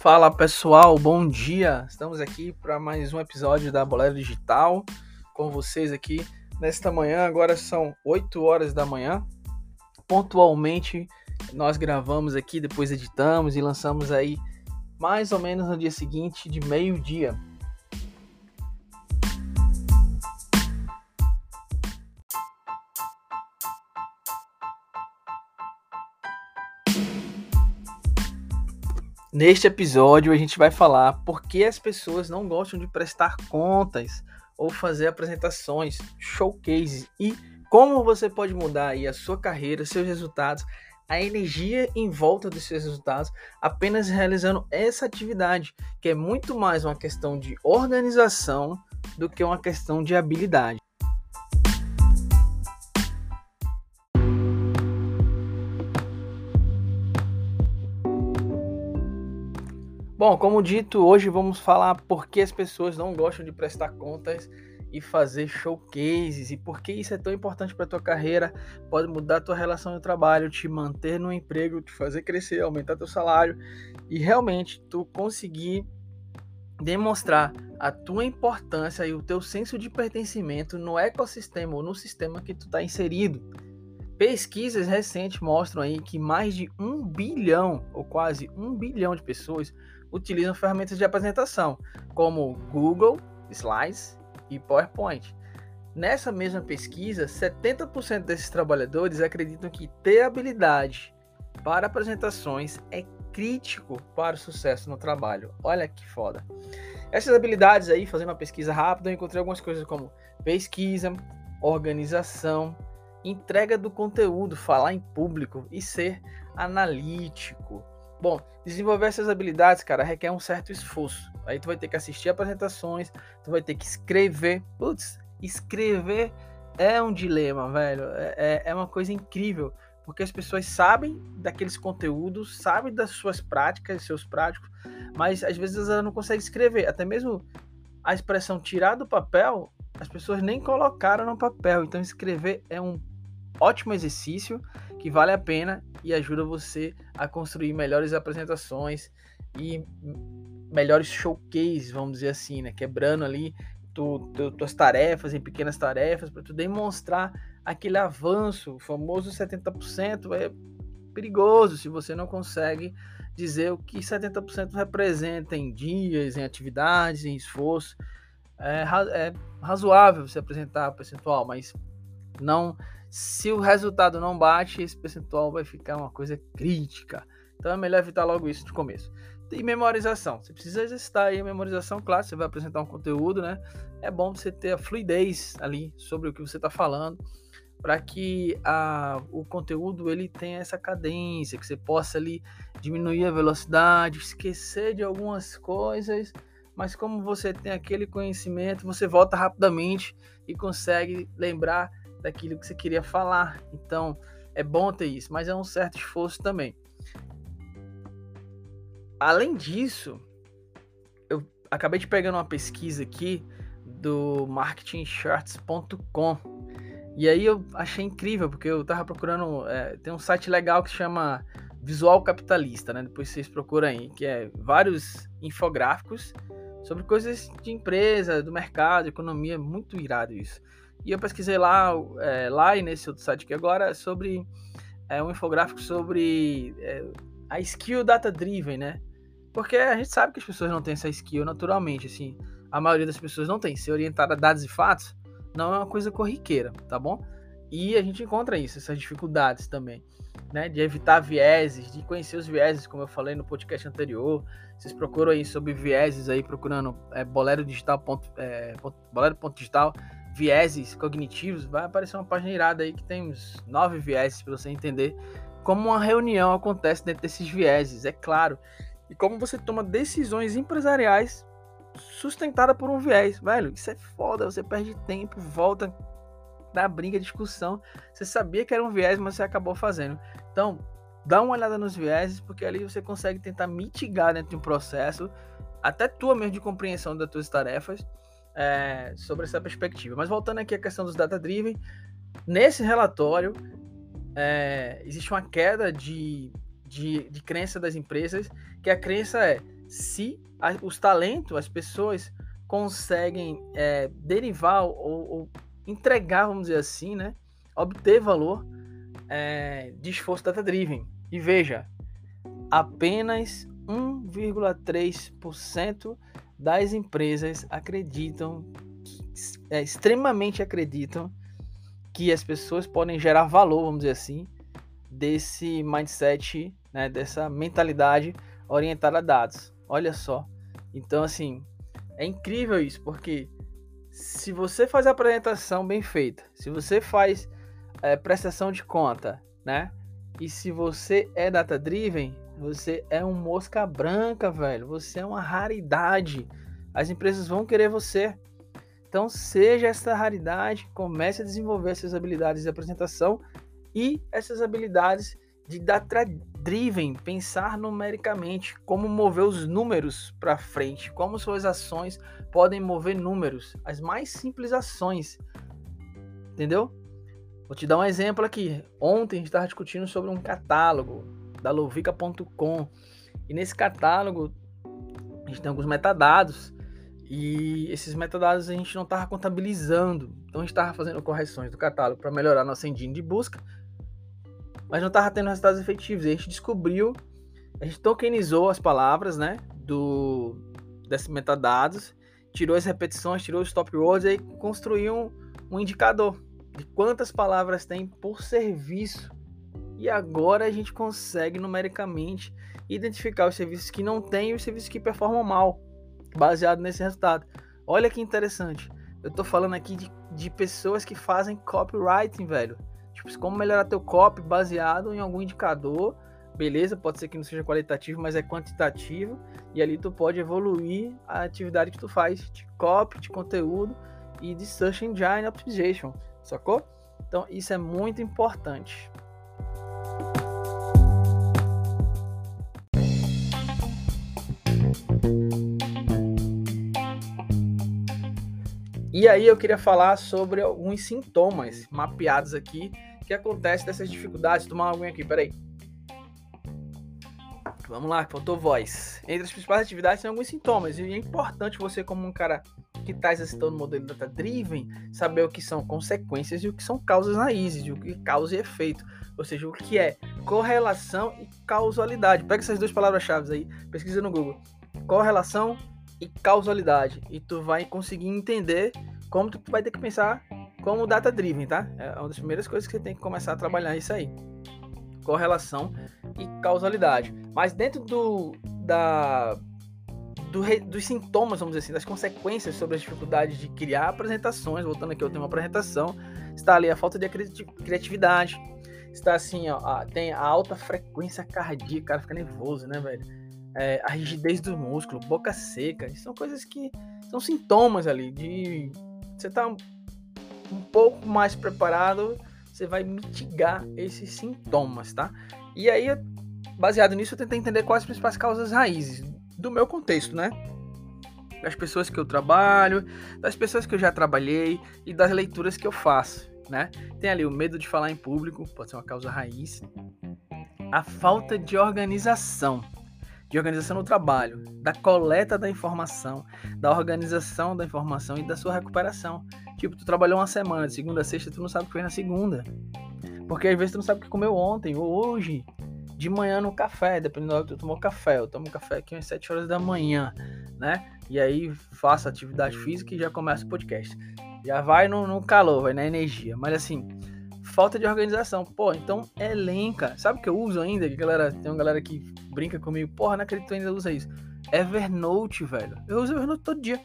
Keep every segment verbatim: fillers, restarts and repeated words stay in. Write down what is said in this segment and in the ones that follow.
Fala pessoal, bom dia! Estamos aqui para mais um episódio da Bolero Digital com vocês aqui nesta manhã. Agora são oito horas da manhã. Pontualmente nós gravamos aqui, depois editamos e lançamos aí mais ou menos no dia seguinte de meio-dia. Neste episódio a gente vai falar por que as pessoas não gostam de prestar contas ou fazer apresentações, showcases e como você pode mudar aí a sua carreira, seus resultados, a energia em volta dos seus resultados apenas realizando essa atividade, que é muito mais uma questão de organização do que uma questão de habilidade. Bom, como dito, hoje vamos falar por que as pessoas não gostam de prestar contas e fazer showcases e por que isso é tão importante para a tua carreira, pode mudar a tua relação no trabalho, te manter no emprego, te fazer crescer, aumentar teu salário e realmente tu conseguir demonstrar a tua importância e o teu senso de pertencimento no ecossistema ou no sistema que tu está inserido. Pesquisas recentes mostram aí que mais de um bilhão ou quase um bilhão de pessoas utilizam ferramentas de apresentação, como Google, Slides e PowerPoint. Nessa mesma pesquisa, setenta por cento desses trabalhadores acreditam que ter habilidade para apresentações é crítico para o sucesso no trabalho. Olha que foda. Essas habilidades aí, fazendo uma pesquisa rápida, eu encontrei algumas coisas como pesquisa, organização, entrega do conteúdo, falar em público e ser analítico. Bom, desenvolver essas habilidades, cara, requer um certo esforço. Aí tu vai ter que assistir apresentações, tu vai ter que escrever. Putz, escrever é um dilema, velho. É, é uma coisa incrível, porque as pessoas sabem daqueles conteúdos, sabem das suas práticas, seus práticos, mas às vezes ela não consegue escrever. Até mesmo a expressão tirar do papel, as pessoas nem colocaram no papel. Então escrever é um ótimo exercício que vale a pena e ajuda você a construir melhores apresentações e melhores showcases, vamos dizer assim, né? Quebrando ali tu, tu, tuas tarefas em pequenas tarefas para tu demonstrar aquele avanço. O famoso setenta por cento é perigoso se você não consegue dizer o que setenta por cento representa em dias, em atividades, em esforço. É, é razoável você apresentar percentual, mas não, se o resultado não bate, esse percentual vai ficar uma coisa crítica. Então é melhor evitar logo isso de começo. E memorização, você precisa exercitar aí a memorização, claro, você vai apresentar um conteúdo, né? É bom você ter a fluidez ali sobre o que você está falando, para que a, o conteúdo ele tenha essa cadência, que você possa ali diminuir a velocidade, esquecer de algumas coisas, mas como você tem aquele conhecimento, você volta rapidamente e consegue lembrar daquilo que você queria falar. Então é bom ter isso, mas é um certo esforço também. Além disso, eu acabei de pegar uma pesquisa aqui do marketing charts ponto com e aí eu achei incrível, porque eu tava procurando, é, tem um site legal que chama Visual Capitalista, né? Depois vocês procuram aí, que é vários infográficos sobre coisas de empresa, do mercado, economia, muito irado isso. E eu pesquisei lá, é, lá e nesse outro site aqui agora, sobre é, um infográfico sobre é, a skill data-driven, né? Porque a gente sabe que as pessoas não têm essa skill naturalmente, assim. A maioria das pessoas não tem. Ser orientada a dados e fatos não é uma coisa corriqueira, tá bom? E a gente encontra isso, essas dificuldades também, né? De evitar vieses, de conhecer os vieses, como eu falei no podcast anterior. Vocês procuram aí sobre vieses aí, procurando é, bolero digital. É, bolero ponto digital, vieses cognitivos, vai aparecer uma página irada aí que tem uns nove vieses para você entender como uma reunião acontece dentro desses vieses, é claro, e como você toma decisões empresariais sustentada por um viés, velho. Isso é foda, você perde tempo, volta da briga, discussão. Você sabia que era um viés, mas você acabou fazendo. Então, dá uma olhada nos vieses, porque ali você consegue tentar mitigar dentro de um processo, até tua mesmo de compreensão das tuas tarefas, é, sobre essa perspectiva. Mas voltando aqui à questão dos data-driven, nesse relatório é, existe uma queda de, de, de crença das empresas, que a crença é se a, os talentos, as pessoas conseguem é, derivar ou, ou entregar, vamos dizer assim, né, obter valor é, de esforço data-driven. E veja, apenas um vírgula três por cento das empresas acreditam, é, extremamente acreditam, que as pessoas podem gerar valor, vamos dizer assim, desse mindset, né, dessa mentalidade orientada a dados. Olha só. Então, assim, é incrível isso, porque se você faz a apresentação bem feita, se você faz é, prestação de conta, né, e se você é data-driven, você é um mosca branca, velho. Você é uma raridade. As empresas vão querer você. Então, seja essa raridade, comece a desenvolver essas habilidades de apresentação e essas habilidades de data-driven, pensar numericamente, como mover os números para frente, como suas ações podem mover números, as mais simples ações, entendeu? Vou te dar um exemplo aqui. Ontem a gente estava discutindo sobre um catálogo da lovica ponto com e nesse catálogo a gente tem alguns metadados e esses metadados a gente não estava contabilizando, então a gente estava fazendo correções do catálogo para melhorar nossa engine de busca, mas não estava tendo resultados efetivos. E a gente descobriu, a gente tokenizou as palavras, né, do, desses metadados, tirou as repetições, tirou os top words e aí construiu um, um indicador de quantas palavras tem por serviço. E agora a gente consegue numericamente identificar os serviços que não têm e os serviços que performam mal, baseado nesse resultado. Olha que interessante. Eu tô falando aqui de, de pessoas que fazem copywriting, velho. Tipo, como melhorar teu copy baseado em algum indicador. Beleza, pode ser que não seja qualitativo, mas é quantitativo. E ali tu pode evoluir a atividade que tu faz de copy, de conteúdo e de Search Engine Optimization. Sacou? Então, isso é muito importante. E aí eu queria falar sobre alguns sintomas mapeados aqui que acontecem dessas dificuldades. Tomar uma aguinha aqui, peraí. Vamos lá, faltou voz. Entre as principais atividades tem alguns sintomas. E é importante você, como um cara que está exercitando o modelo data-driven, saber o que são consequências e o que são causas raízes, o que é causa e efeito. Ou seja, o que é correlação e causalidade. Pega essas duas palavras-chave aí, pesquisa no Google. Correlação e causalidade. E tu vai conseguir entender como tu vai ter que pensar como data-driven, tá? É uma das primeiras coisas que você tem que começar a trabalhar isso aí. Correlação e causalidade. Mas dentro do, da, do, dos sintomas, vamos dizer assim, das consequências sobre as dificuldades de criar apresentações, voltando aqui ao tema apresentação, está ali a falta de criatividade, está assim, ó, tem a alta frequência cardíaca, o cara fica nervoso, né, velho? É, a rigidez do músculo, boca seca, são coisas que são sintomas ali de você tá um, um pouco mais preparado, você vai mitigar esses sintomas, tá? E aí, baseado nisso, eu tentei entender quais as principais causas raízes do meu contexto, né? Das pessoas que eu trabalho, das pessoas que eu já trabalhei e das leituras que eu faço, né? Tem ali o medo de falar em público, pode ser uma causa raiz. A falta de organização. De organização no trabalho, da coleta da informação, da organização da informação e da sua recuperação. Tipo, tu trabalhou uma semana, de segunda a sexta, tu não sabe o que fez na segunda. Porque às vezes tu não sabe o que comeu ontem ou hoje, de manhã no café, dependendo da hora que tu tomou café. Eu tomo café aqui às sete horas da manhã, né? E aí faço atividade física e já começa o podcast. Já vai no, no calor, vai na energia. Mas assim, falta de organização. Pô, então elenca. Sabe o que eu uso ainda? Que galera, tem uma galera que brinca comigo. Porra, não acredito que tu ainda usa isso. Evernote, velho. Eu uso Evernote todo dia.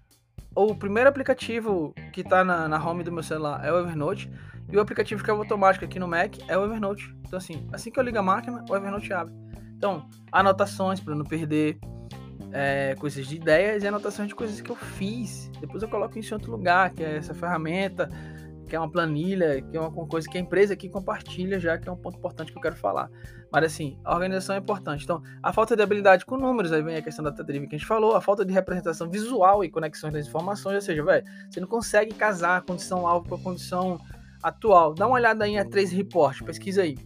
O primeiro aplicativo que tá na, na home do meu celular é o Evernote. E o aplicativo que é automático aqui no Mac é o Evernote. Então assim, assim que eu ligo a máquina, o Evernote abre. Então, anotações para não perder é, coisas de ideias e anotações de coisas que eu fiz. Depois eu coloco isso em outro lugar, que é essa ferramenta, que é uma planilha, que é uma coisa que a empresa aqui compartilha já, que é um ponto importante que eu quero falar. Mas assim, a organização é importante. Então, a falta de habilidade com números, aí vem a questão da data-driven que a gente falou, a falta de representação visual e conexões das informações, ou seja, velho, você não consegue casar a condição alvo com a condição atual. Dá uma olhada aí em A três Report, pesquisa aí.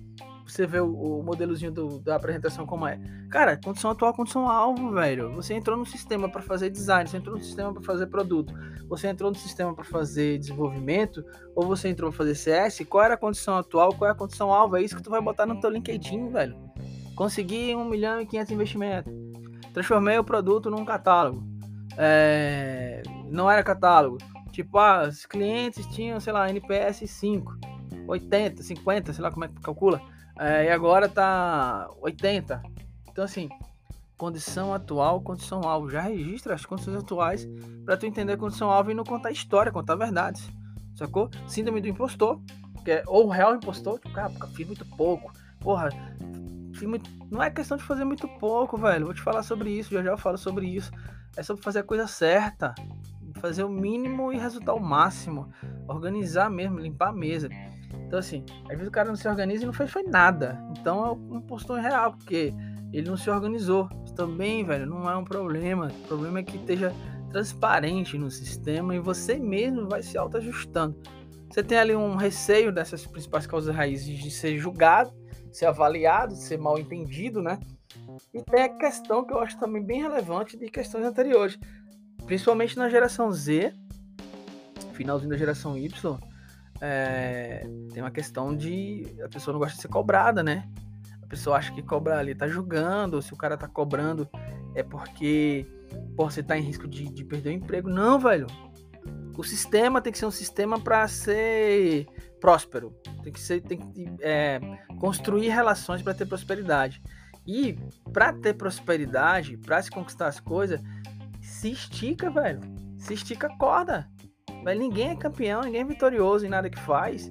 você vê o, o modelozinho do, da apresentação como é. Cara, condição atual, condição alvo, velho. Você entrou no sistema para fazer design, você entrou no sistema para fazer produto, você entrou no sistema para fazer desenvolvimento, ou você entrou para fazer C S, qual era a condição atual, qual é a condição alvo? É isso que tu vai botar no teu LinkedIn, velho. Consegui um milhão e quinhentos de investimento. Transformei o produto num catálogo. É... Não era catálogo. Tipo, ah, os clientes tinham, sei lá, N P S cinco, oitenta, cinquenta, sei lá como é que calcula. É, e agora tá oitenta. Então, assim, condição atual, condição alvo. Já registra as condições atuais para tu entender a condição alvo e não contar história, contar verdades. Sacou? Síndrome do impostor, que é, ou o real impostor, tipo, cara, fiz muito pouco. Porra, fiz muito... não é questão de fazer muito pouco, velho. Vou te falar sobre isso, já já eu falo sobre isso. É sobre fazer a coisa certa, fazer o mínimo e resultar o máximo. Organizar mesmo, limpar a mesa. Então, assim, às vezes o cara não se organiza e não fez foi nada. Então é um impostor real, porque ele não se organizou. Isso também, velho, não é um problema. O problema é que esteja transparente no sistema e você mesmo vai se autoajustando. Você tem ali um receio dessas principais causas raízes de ser julgado, ser avaliado, ser mal entendido, né? E tem a questão que eu acho também bem relevante de questões anteriores, principalmente na geração Z, finalzinho da geração Y. É, tem uma questão de a pessoa não gosta de ser cobrada, né? A pessoa acha que cobrar ali tá julgando, ou se o cara tá cobrando é porque pô, você tá em risco de, de perder o emprego. Não, velho. O sistema tem que ser um sistema para ser próspero. Tem que ser, tem que é, construir relações para ter prosperidade. E para ter prosperidade, para se conquistar as coisas, se estica, velho. Se estica a corda. Mas ninguém é campeão, ninguém é vitorioso em nada que faz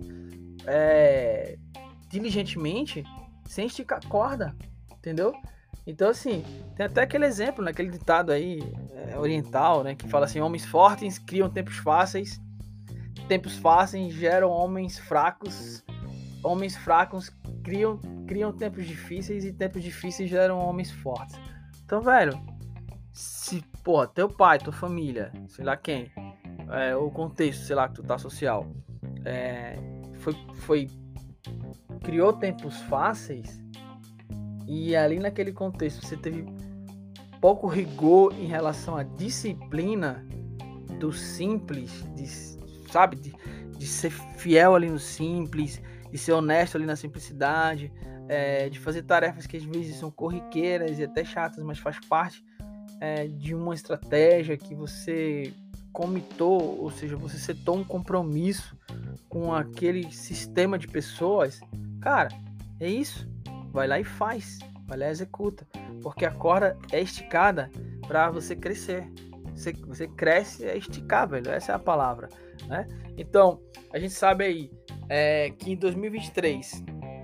é, diligentemente sem esticar a corda, entendeu? Então, assim, tem até aquele exemplo, né, aquele ditado aí é, oriental, né, que fala assim, homens fortes criam tempos fáceis, tempos fáceis geram homens fracos, homens fracos criam, criam tempos difíceis e tempos difíceis geram homens fortes. Então, velho, se, pô, teu pai, tua família, sei lá quem... É, o contexto, sei lá, que tu tá social, é, foi, foi, criou tempos fáceis e ali naquele contexto você teve pouco rigor em relação à disciplina do simples, de, sabe, de, de ser fiel ali no simples, de ser honesto ali na simplicidade, é, de fazer tarefas que às vezes são corriqueiras e até chatas, mas faz parte é, de uma estratégia que você comitou, ou seja, você setou um compromisso com aquele sistema de pessoas, cara, é isso, vai lá e faz, vai lá e executa, porque a corda é esticada para você crescer, você, você cresce é esticar, velho, essa é a palavra, né? Então, a gente sabe aí é, que em dois mil e vinte e três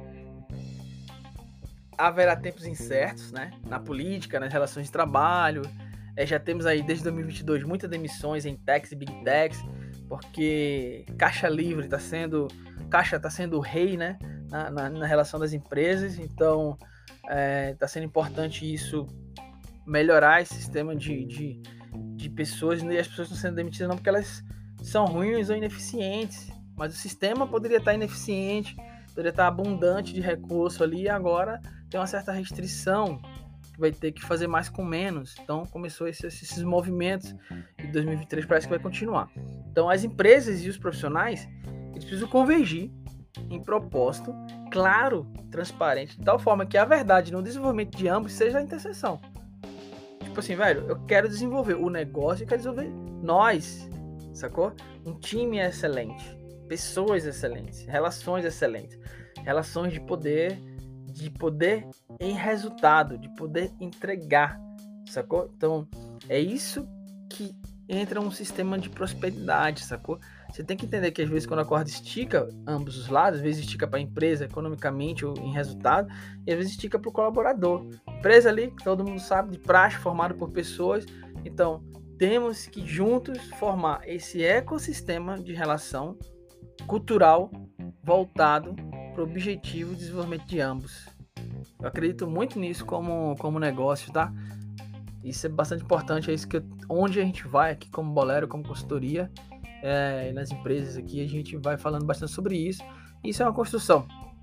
haverá tempos incertos, né? Na política, nas relações de trabalho. É, já temos aí desde dois mil e vinte e dois muitas demissões em techs e big techs, porque caixa livre está sendo, caixa está sendo o rei, né, na, na, na relação das empresas. Então está é, sendo importante isso, melhorar esse sistema de, de, de pessoas, e as pessoas estão sendo demitidas não porque elas são ruins ou ineficientes, mas o sistema poderia estar ineficiente, poderia estar abundante de recurso ali, e agora tem uma certa restrição, vai ter que fazer mais com menos. Então começou esses, esses movimentos e dois mil e vinte e três parece que vai continuar. Então as empresas e os profissionais eles precisam convergir em propósito claro, transparente, de tal forma que a verdade no desenvolvimento de ambos seja a interseção. Tipo assim, velho, eu quero desenvolver o negócio e quero desenvolver nós, sacou? Um time excelente, pessoas excelentes, relações excelentes, relações de poder, de poder em resultado, de poder entregar, sacou? Então, é isso que entra um sistema de prosperidade, sacou? Você tem que entender que às vezes quando a corda estica ambos os lados, às vezes estica para a empresa economicamente ou em resultado, e às vezes estica para o colaborador. Empresa ali, que todo mundo sabe, de praxe, formado por pessoas. Então, temos que juntos formar esse ecossistema de relação cultural voltado para o objetivo de desenvolvimento de ambos. Eu acredito muito nisso como, como negócio, tá? Isso é bastante importante, é isso que eu, onde a gente vai aqui como Bolero, como consultoria, é, nas empresas aqui, a gente vai falando bastante sobre isso. Isso é uma construção.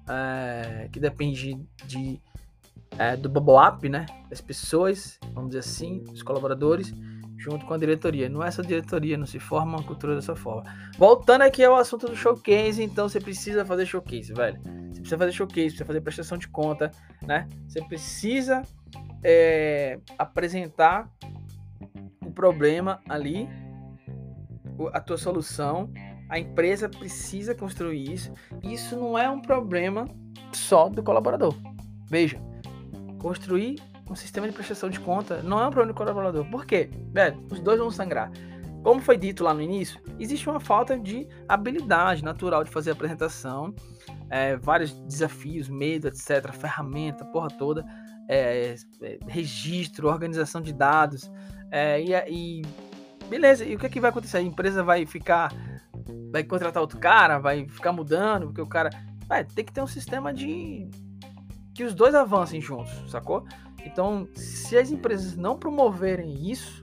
é, que depende de, é, do bubble up, né? Das pessoas, vamos dizer assim, dos colaboradores, junto com a diretoria. Não é essa diretoria, não se forma uma cultura dessa forma. Voltando aqui ao assunto do showcase, então você precisa fazer showcase, velho. Você precisa fazer showcase, precisa fazer prestação de conta, né? Você precisa é, apresentar o problema ali, a tua solução. A empresa precisa construir isso. Isso não é um problema só do colaborador. Veja, construir um sistema de prestação de conta não é um problema do colaborador. Por quê? Velho, os dois vão sangrar. Como foi dito lá no início, existe uma falta de habilidade natural de fazer a apresentação, é, vários desafios, medo, etcétera, ferramenta, porra toda, é, é, registro, organização de dados, é, e, e beleza, e o que, é que vai acontecer? A empresa vai ficar, vai contratar outro cara, vai ficar mudando, porque o cara, vai, tem que ter um sistema de que os dois avancem juntos, sacou? Então, se as empresas não promoverem isso,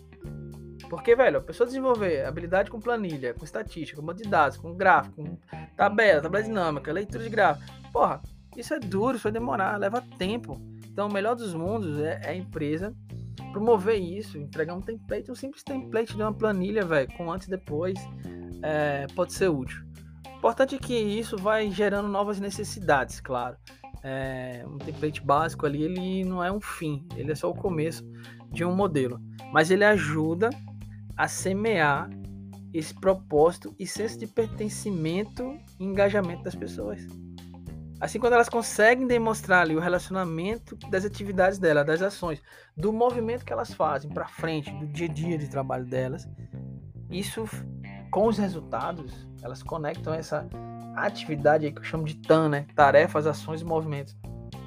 porque, velho, a pessoa desenvolver habilidade com planilha, com estatística, com banco de dados, com gráfico, com tabela, tabela dinâmica, leitura de gráfico, porra, isso é duro, isso vai demorar, leva tempo. Então, o melhor dos mundos é, é a empresa promover isso, entregar um template, um simples template de uma planilha, velho, com antes e depois, é, pode ser útil. O importante é que isso vai gerando novas necessidades, claro. É, um template básico ali, ele não é um fim, ele é só o começo de um modelo, mas ele ajuda a semear esse propósito e senso de pertencimento e engajamento das pessoas. Assim, quando elas conseguem demonstrar ali o relacionamento das atividades delas, das ações, do movimento que elas fazem para frente, do dia a dia de trabalho delas, isso com os resultados, elas conectam essa atividade aí que eu chamo de T A M, né? Tarefas, ações e movimentos.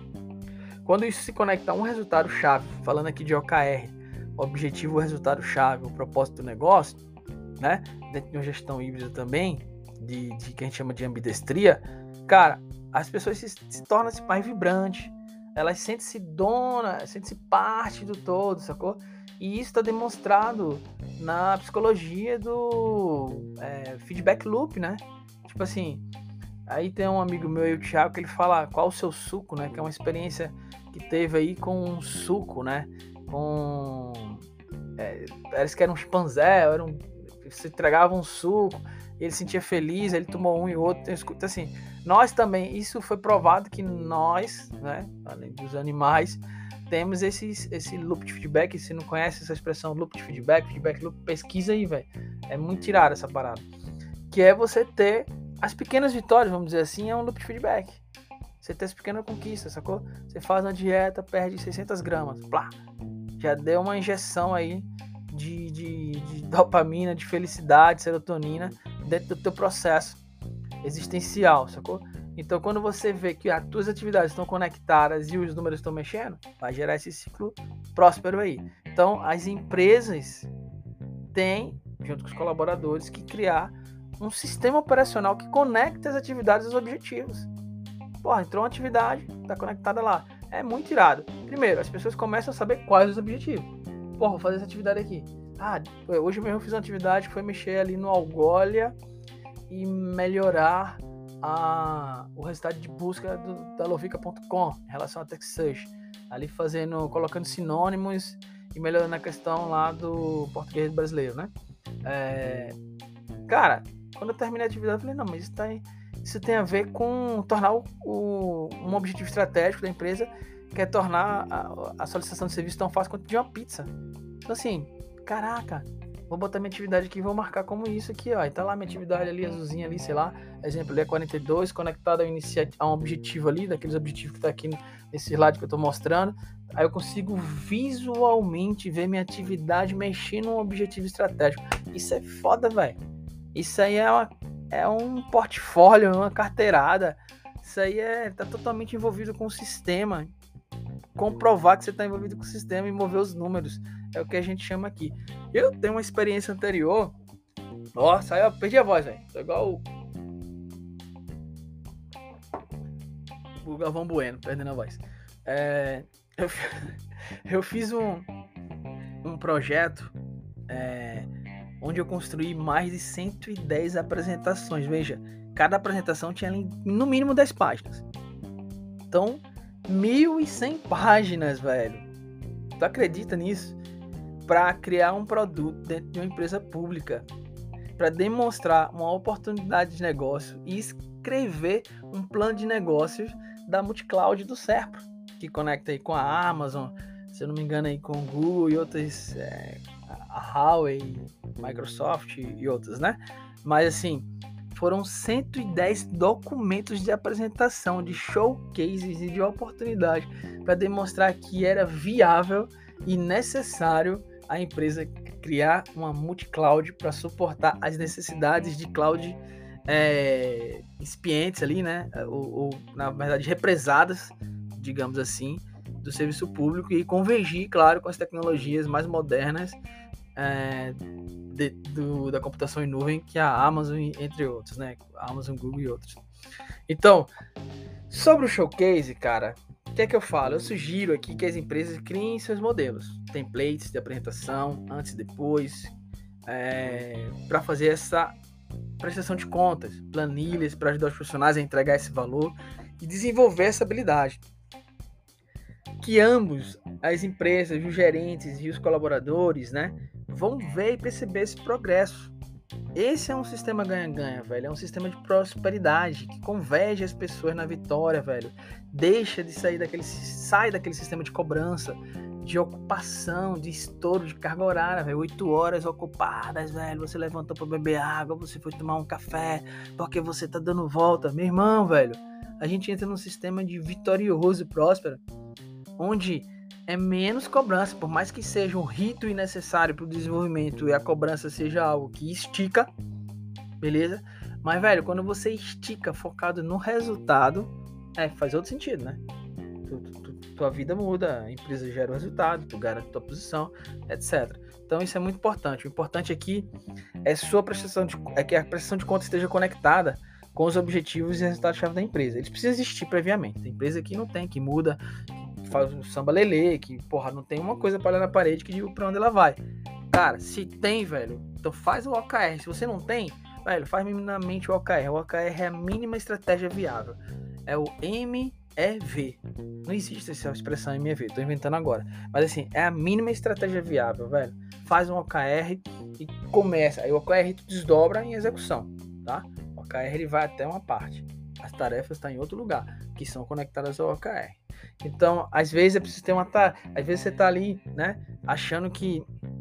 Quando isso se conecta a um resultado-chave, falando aqui de O K R, objetivo, resultado-chave, o propósito do negócio, né? Dentro de uma gestão híbrida também, de, de que a gente chama de ambidestria, cara, as pessoas se, se tornam-se mais vibrantes, elas sentem-se dona, sentem-se parte do todo, sacou? E isso está demonstrado na psicologia do é, feedback loop, né? Tipo assim, aí tem um amigo meu, o Thiago, que ele fala qual o seu suco, né? Que é uma experiência que teve aí com um suco, né? Com... É, parece que era um chimpanzé, era um, você entregava um suco, ele se sentia feliz, ele tomou um e outro. Então, assim, nós também, isso foi provado que nós, né, além dos animais, temos esse, esse loop de feedback. Se não conhece essa expressão loop de feedback, feedback loop, pesquisa aí, velho. É muito tirada essa parada. Que é você ter as pequenas vitórias, vamos dizer assim, é um loop de feedback. Você ter as pequenas conquistas, sacou? Você faz uma dieta, perde seiscentas gramas, plá, já deu uma injeção aí de, de, de dopamina, de felicidade, serotonina dentro do teu processo existencial, sacou? Então, quando você vê que as tuas atividades estão conectadas e os números estão mexendo, vai gerar esse ciclo próspero aí. Então, as empresas têm, junto com os colaboradores, que criar um sistema operacional que conecte as atividades aos objetivos. Porra, entrou uma atividade, tá conectada lá. É muito irado. Primeiro, as pessoas começam a saber quais os objetivos. Porra, vou fazer essa atividade aqui. Ah, hoje mesmo eu fiz uma atividade que foi mexer ali no Algolia e melhorar a, o resultado de busca do, da lovica ponto com em relação a text search. Ali fazendo, colocando sinônimos e melhorando a questão lá do português brasileiro, né? É, cara, quando eu terminei a atividade, eu falei, não, mas isso, tá, isso tem a ver com tornar o, o, um objetivo estratégico da empresa, que é tornar a, a solicitação de serviço tão fácil quanto de uma pizza. Então, assim, caraca, vou botar minha atividade aqui e vou marcar como isso aqui, ó. E tá lá minha atividade ali, azulzinha ali, sei lá, exemplo ali é quarenta e dois, conectado ao inicia- a um objetivo ali, daqueles objetivos que tá aqui nesse slide que eu tô mostrando. Aí eu consigo visualmente ver minha atividade mexendo num objetivo estratégico. Isso é foda, velho. Isso aí é, uma, é um portfólio, uma carteirada. Isso aí é, tá totalmente envolvido com o sistema. Comprovar que você está envolvido com o sistema e mover os números. É o que a gente chama aqui. Eu tenho uma experiência anterior. Nossa, aí eu perdi a voz, velho. Tô igual o... o Galvão Bueno, perdendo a voz. É... Eu... eu fiz um, um projeto é... onde eu construí mais de cento e dez apresentações. Veja, cada apresentação tinha ali, no mínimo dez páginas. Então, mil e cem páginas, velho. Tu acredita nisso? Para criar um produto dentro de uma empresa pública, para demonstrar uma oportunidade de negócio e escrever um plano de negócios da Multicloud do Serpro, que conecta aí com a Amazon, se eu não me engano aí com o Google e outras, é, a Huawei, Microsoft e outras, né? Mas assim, foram cento e dez documentos de apresentação, de showcases e de oportunidade para demonstrar que era viável e necessário a empresa criar uma multi-cloud para suportar as necessidades de cloud é, expientes ali, né? Ou, ou, na verdade, represadas, digamos assim, do serviço público e convergir, claro, com as tecnologias mais modernas é, de, do, da computação em nuvem, que é a Amazon, entre outros, né? A Amazon, Google e outros. Então, sobre o showcase, cara, o que é que eu falo? Eu sugiro aqui que as empresas criem seus modelos, templates de apresentação, antes e depois, é, para fazer essa prestação de contas, planilhas para ajudar os profissionais a entregar esse valor e desenvolver essa habilidade. Que ambos, as empresas, os gerentes e os colaboradores, né, vão ver e perceber esse progresso. Esse é um sistema ganha-ganha, velho. É um sistema de prosperidade que converge as pessoas na vitória, velho. Deixa de sair daquele, sai daquele sistema de cobrança, de ocupação, de estouro de carga horária, velho. Oito horas ocupadas, velho. Você levantou para beber água, você foi tomar um café, porque você tá dando volta. Meu irmão, velho, a gente entra num sistema de vitorioso e próspero, onde é menos cobrança, por mais que seja um rito necessário para o desenvolvimento e a cobrança seja algo que estica, beleza? Mas, velho, quando você estica focado no resultado, é, faz outro sentido, né? Tu, tu, tu, tua vida muda, a empresa gera o resultado, tu garante tua posição, etcétera. Então isso é muito importante. O importante aqui é, sua prestação de, é que a prestação de contas esteja conectada com os objetivos e resultados-chave da empresa. Eles precisam existir previamente. A empresa aqui não tem, que muda, faz um samba lelê, que, porra, não tem uma coisa para olhar na parede que diga pra onde ela vai. Cara, se tem, velho, então faz o O K R. Se você não tem, velho, faz minimamente o O K R. O O K R é a mínima estratégia viável. É o M E V. Não existe essa expressão M E V, tô inventando agora. Mas assim, é a mínima estratégia viável, velho. Faz um O K R e começa. Aí o O K R tu desdobra em execução, tá? O O K R ele vai até uma parte. As tarefas estão em outro lugar, que são conectadas ao O K R. Então, às vezes é preciso ter uma tarefa. Às vezes você tá ali, né, achando que...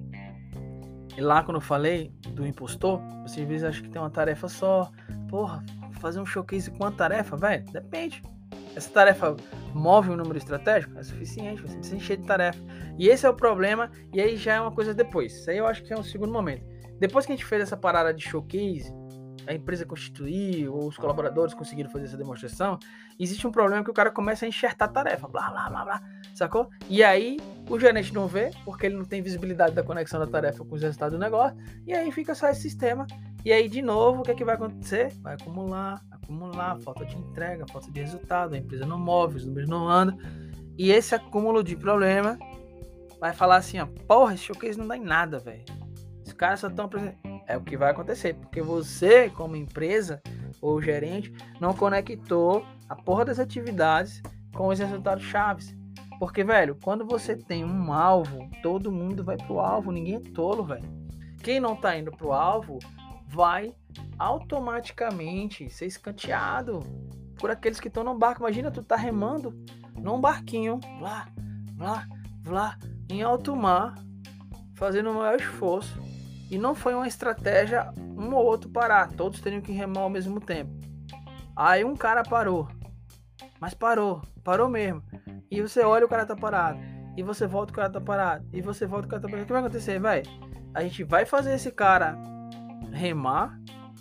E lá quando eu falei do impostor, você às vezes acha que tem uma tarefa só. Porra, fazer um showcase com uma tarefa, velho, depende. Essa tarefa move um número estratégico? É suficiente, você precisa encher de tarefa. E esse é o problema, e aí já é uma coisa depois. Isso aí eu acho que é um segundo momento. Depois que a gente fez essa parada de showcase, a empresa constituiu, ou os colaboradores conseguiram fazer essa demonstração, existe um problema que o cara começa a enxertar a tarefa, blá, blá, blá, blá, sacou? E aí o gerente não vê, porque ele não tem visibilidade da conexão da tarefa com os resultados do negócio, e aí fica só esse sistema, e aí de novo, o que é que vai acontecer? Vai acumular, acumular, falta de entrega, falta de resultado, a empresa não move, os números não andam, e esse acúmulo de problema vai falar assim, ó, porra, esse showcase não dá em nada, velho. Os caras só estão apresentando. É o que vai acontecer, porque você, como empresa ou gerente, não conectou a porra das atividades com os resultados chaves. Porque, velho, quando você tem um alvo, todo mundo vai pro alvo, ninguém é tolo, velho. Quem não tá indo pro alvo vai automaticamente ser escanteado por aqueles que estão no barco. Imagina, tu tá remando num barquinho, vlá, vlá, vlá, em alto mar, fazendo o maior esforço. E não foi uma estratégia um ou outro parar, todos teriam que remar ao mesmo tempo. Aí um cara parou, mas parou, parou mesmo. E você olha, o cara tá parado, e você volta, o cara tá parado, e você volta, o cara tá parado. O que vai acontecer, velho? A gente vai fazer esse cara remar,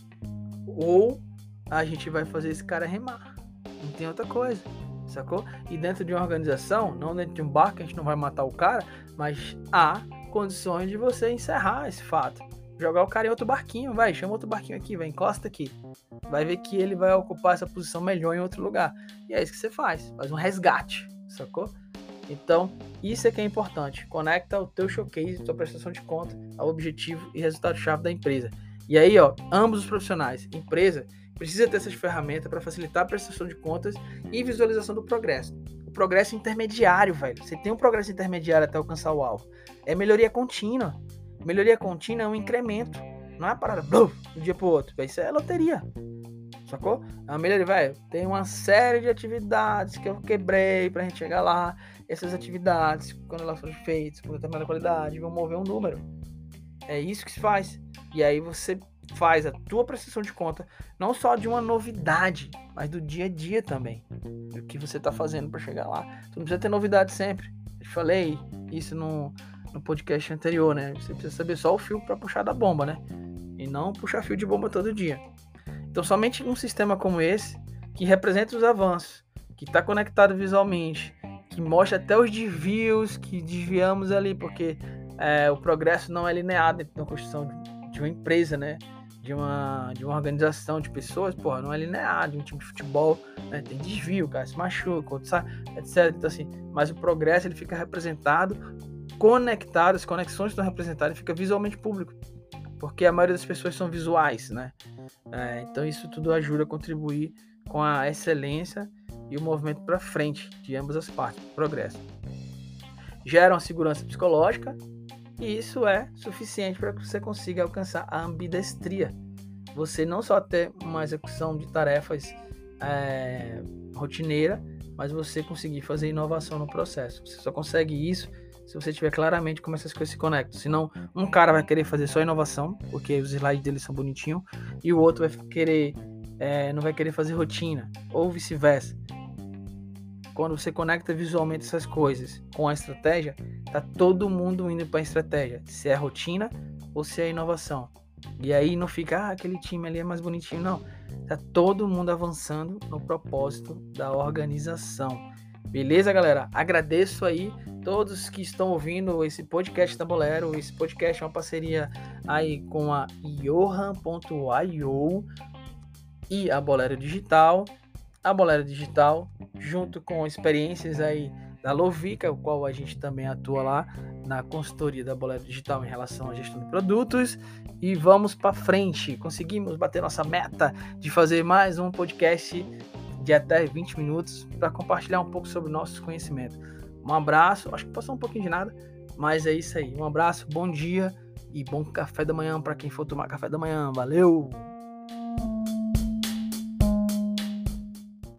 ou a gente vai fazer esse cara remar. Não tem outra coisa, sacou? E dentro de uma organização, não dentro de um barco, a gente não vai matar o cara, mas há condições de você encerrar esse fato. Jogar o cara em outro barquinho, vai, chama outro barquinho aqui, vai, encosta aqui. Vai ver que ele vai ocupar essa posição melhor em outro lugar. E é isso que você faz, faz um resgate, sacou? Então, isso é que é importante. Conecta o teu showcase, tua prestação de conta ao objetivo e resultado-chave da empresa. E aí, ó, ambos os profissionais, empresa precisa ter essas ferramentas para facilitar a prestação de contas e visualização do progresso. O progresso intermediário, velho. Você tem um progresso intermediário até alcançar o alvo. É melhoria contínua. Melhoria contínua é um incremento. Não é uma parada do um dia pro outro. Isso é loteria. Sacou? É uma melhoria, velho. Tem uma série de atividades que eu quebrei pra gente chegar lá. Essas atividades, quando elas forem feitas com determinada qualidade, vão mover um número. É isso que se faz. E aí você faz a tua prestação de conta, não só de uma novidade, mas do dia a dia também. Do que você tá fazendo para chegar lá. Tu não precisa ter novidade sempre. Eu falei isso no, no podcast anterior, né? Você precisa saber só o fio para puxar da bomba, né? E não puxar fio de bomba todo dia. Então somente um sistema como esse, que representa os avanços, que está conectado visualmente, que mostra até os desvios que desviamos ali, porque é, o progresso não é linear dentro da construção de, de uma empresa, né? De uma, de uma organização de pessoas, porra, não é linear, de um time de futebol, né? Tem desvio, o cara se machuca, outro sai, etcétera. Então, assim, mas o progresso ele fica representado, conectado, as conexões estão representadas e fica visualmente público, porque a maioria das pessoas são visuais, né? É, então isso tudo ajuda a contribuir com a excelência e o movimento para frente de ambas as partes, progresso. Gera uma segurança psicológica e isso é suficiente para que você consiga alcançar a ambidestria. Você não só ter uma execução de tarefas é, rotineira, mas você conseguir fazer inovação no processo. Você só consegue isso se você tiver claramente como essas coisas se conectam. Senão, um cara vai querer fazer só inovação, porque os slides dele são bonitinhos, e o outro vai querer, é, não vai querer fazer rotina, ou vice-versa. Quando você conecta visualmente essas coisas com a estratégia, tá todo mundo indo para a estratégia, se é rotina ou se é inovação. E aí não fica, ah, aquele time ali é mais bonitinho, não. Tá todo mundo avançando no propósito da organização. Beleza, galera? Agradeço aí todos que estão ouvindo esse podcast da Bolero. Esse podcast é uma parceria aí com a Johan ponto i o e a Bolero Digital. A Bolero Digital, junto com experiências aí da Lovica, o qual a gente também atua lá na consultoria da Bolero Digital em relação à gestão de produtos. E vamos para frente. Conseguimos bater nossa meta de fazer mais um podcast de até vinte minutos para compartilhar um pouco sobre nossos conhecimentos. Um abraço, acho que passou um pouquinho de nada, mas é isso aí. Um abraço, bom dia e bom café da manhã para quem for tomar café da manhã. Valeu!